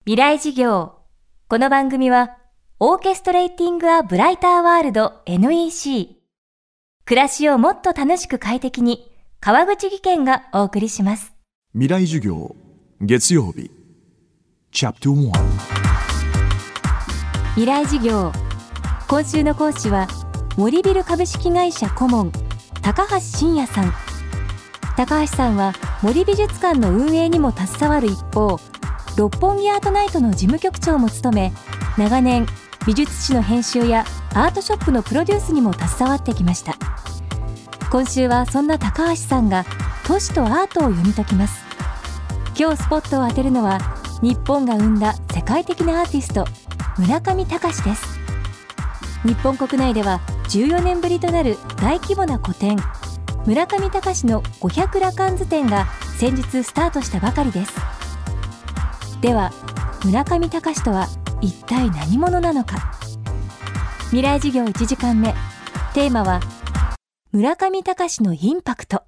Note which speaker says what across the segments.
Speaker 1: 未来事業。この番組はオーケストレーティング・ア・ブライター・ワールド NEC 暮らしをもっと楽しく快適に川口義賢がお送りします。
Speaker 2: 未来授業月曜日チャプター1
Speaker 1: 未来事業。今週の講師は森ビル株式会社顧問高橋真也さん。高橋さんは森美術館の運営にも携わる一方、六本木アートナイトの事務局長も務め、長年美術誌の編集やアートショップのプロデュースにも携わってきました。今週はそんな高橋さんが都市とアートを読み解きます。今日スポットを当てるのは日本が生んだ世界的なアーティスト村上隆です。日本国内では14年ぶりとなる大規模な個展、村上隆の500羅漢図展が先日スタートしたばかりです。では村上隆とは一体何者なのか。未来事業1時間目、テーマは村上隆のインパクト。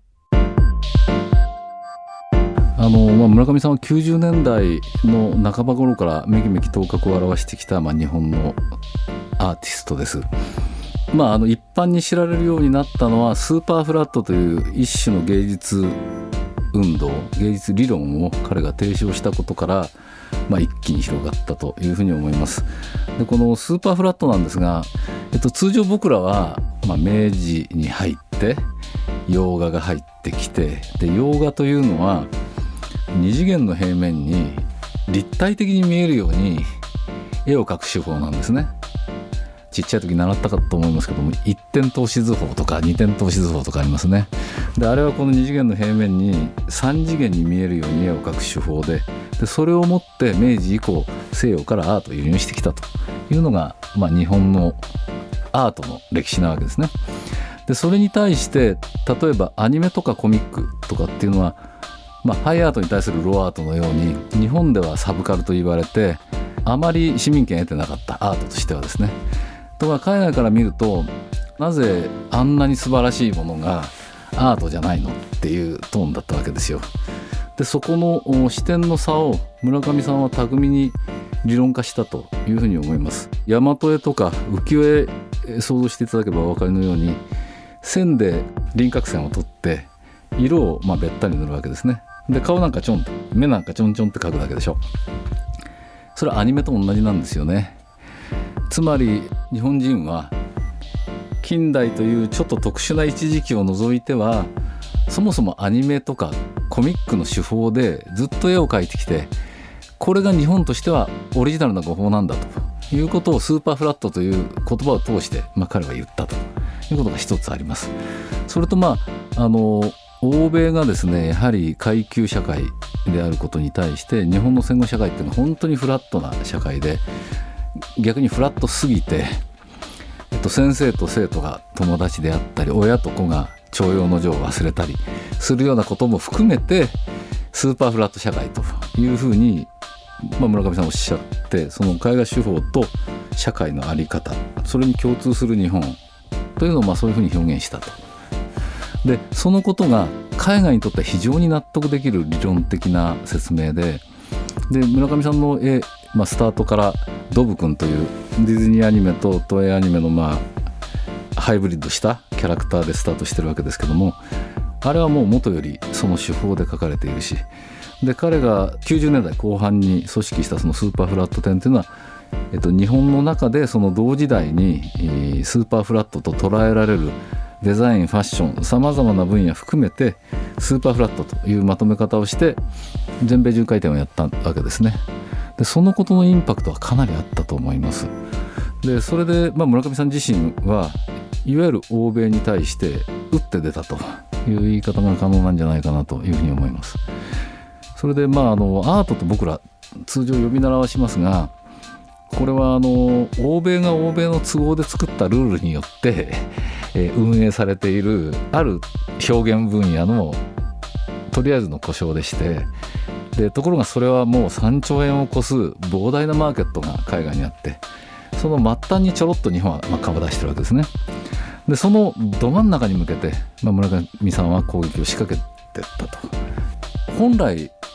Speaker 3: 村上さんは90年代の半ば頃からめきめき頭角を現してきた、日本のアーティストです。一般に知られるようになったのはスーパーフラットという一種の芸術運動、芸術理論を彼が提唱したことから、一気に広がったというふうに思います。でこのスーパーフラットなんですが、通常僕らは、明治に入って洋画が入ってきて、で洋画というのは二次元の平面に立体的に見えるように絵を描く手法なんですね。ちっちゃい時習ったかと思いますけども、一点透視図法とか二点透視図法とかありますね。であれはこの二次元の平面に三次元に見えるように絵を描く手法で、それをもって明治以降西洋からアートを輸入してきたというのが、日本のアートの歴史なわけですね。でそれに対して例えばアニメとかコミックとかっていうのは、ハイアートに対するローアートのように日本ではサブカルと言われてあまり市民権得てなかったアートとしてはですね。とか海外から見ると、なぜあんなに素晴らしいものがアートじゃないのっていうトーンだったわけですよ。でそこの視点の差を村上さんは巧みに理論化したというふうに思います。大和絵とか浮世絵想像していただければお分かりのように、線で輪郭線を取って色をべったり塗るわけですね。で顔なんかちょんと、目なんかちょんちょんって描くだけでしょ。それはアニメと同じなんですよね。つまり日本人は近代というちょっと特殊な一時期を除いては、そもそもアニメとかコミックの手法でずっと絵を描いてきて、これが日本としてはオリジナルな語法なんだということをスーパーフラットという言葉を通して、彼は言ったということが一つあります。それと欧米がですね、やはり階級社会であることに対して日本の戦後社会っていうのは本当にフラットな社会で、逆にフラットすぎて、先生と生徒が友達であったり、親と子が徴用の情を忘れたりするようなことも含めてスーパーフラット社会というふうに、村上さんおっしゃって、その絵画手法と社会の在り方、それに共通する日本というのをそういうふうに表現したと。でそのことが海外にとっては非常に納得できる理論的な説明で、村上さんの絵、スタートからドブ君というディズニーアニメと東映アニメのハイブリッドしたキャラクターでスタートしてるわけですけども、あれはもう元よりその手法で描かれているし、で彼が90年代後半に組織したそのスーパーフラット展というのは、日本の中でその同時代にスーパーフラットと捉えられるデザイン、ファッション、さまざまな分野含めてスーパーフラットというまとめ方をして全米巡回展をやったわけですね。でそのことのインパクトはかなりあったと思います。でそれで、村上さん自身はいわゆる欧米に対して打って出たという言い方が可能なんじゃないかなというふうに思います。それでアートと僕ら通常呼び習わしますが、これは欧米が欧米の都合で作ったルールによって運営されているある表現分野のとりあえずの故障でして、でところがそれはもう3兆円を超す膨大なマーケットが海外にあって、その末端にちょろっと日本は顔を出してるわけですね。でそのど真ん中に向けて、村上さんは攻撃を仕掛けていったと。本来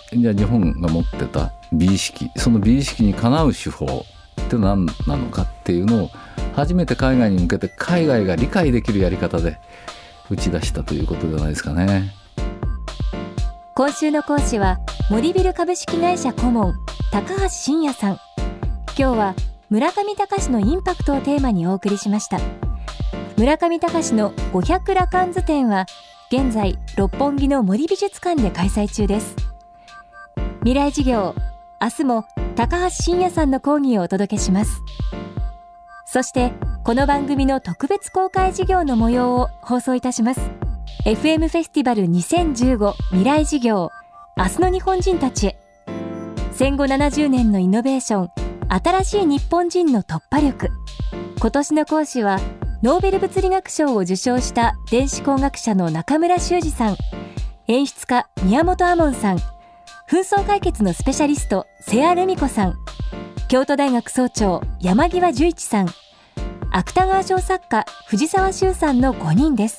Speaker 3: じゃあ日本が持ってた美意識、その美意識にかなう手法って何なのかっていうのを初めて海外に向けて海外が理解できるやり方で打ち出したということじゃないですかね。
Speaker 1: 今週の講師は森ビル株式会社顧問高橋真也さん。今日は村上隆のインパクトをテーマにお送りしました。村上隆の500羅漢図展は現在六本木の森美術館で開催中です。未来事業、明日も高橋真也さんの講義をお届けします。そしてこの番組の特別公開事業の模様を放送いたします。 FM フェスティバル2015未来事業、明日の日本人たちへ。戦後70年のイノベーション、新しい日本人の突破力。今年の講師はノーベル物理学賞を受賞した電子工学者の中村修二さん、演出家宮本亞門さん、紛争解決のスペシャリスト瀬谷ルミ子さん、京都大学総長山際十一さん、芥川賞作家藤沢修さんの5人です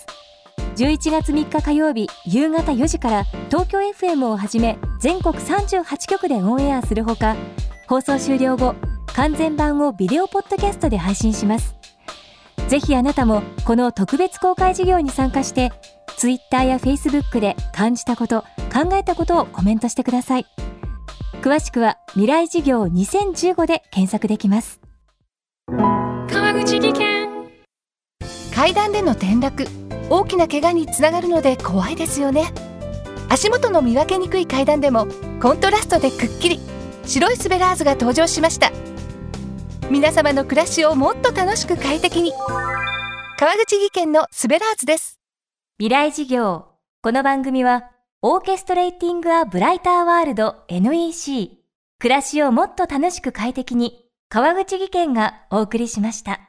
Speaker 1: 。11月3日火曜日夕方4時から東京 FM をはじめ全国38局でオンエアするほか、放送終了後完全版をビデオポッドキャストで配信します。ぜひあなたもこの特別公開事業に参加して、ツイッターやフェイスブックで感じたこと、考えたことをコメントしてください。詳しくは未来事業2015で検索できます。
Speaker 4: 川口技研。階段での転落、大きな怪我につながるので怖いですよね。足元の見分けにくい階段でもコントラストでくっきり白いスベラーズが登場しました。皆様の暮らしをもっと楽しく快適に、川口技研のスベラーズです。
Speaker 1: 未来事業、この番組はオーケストレーティングアブライターワールド NEC、 暮らしをもっと楽しく快適に、川口技研がお送りしました。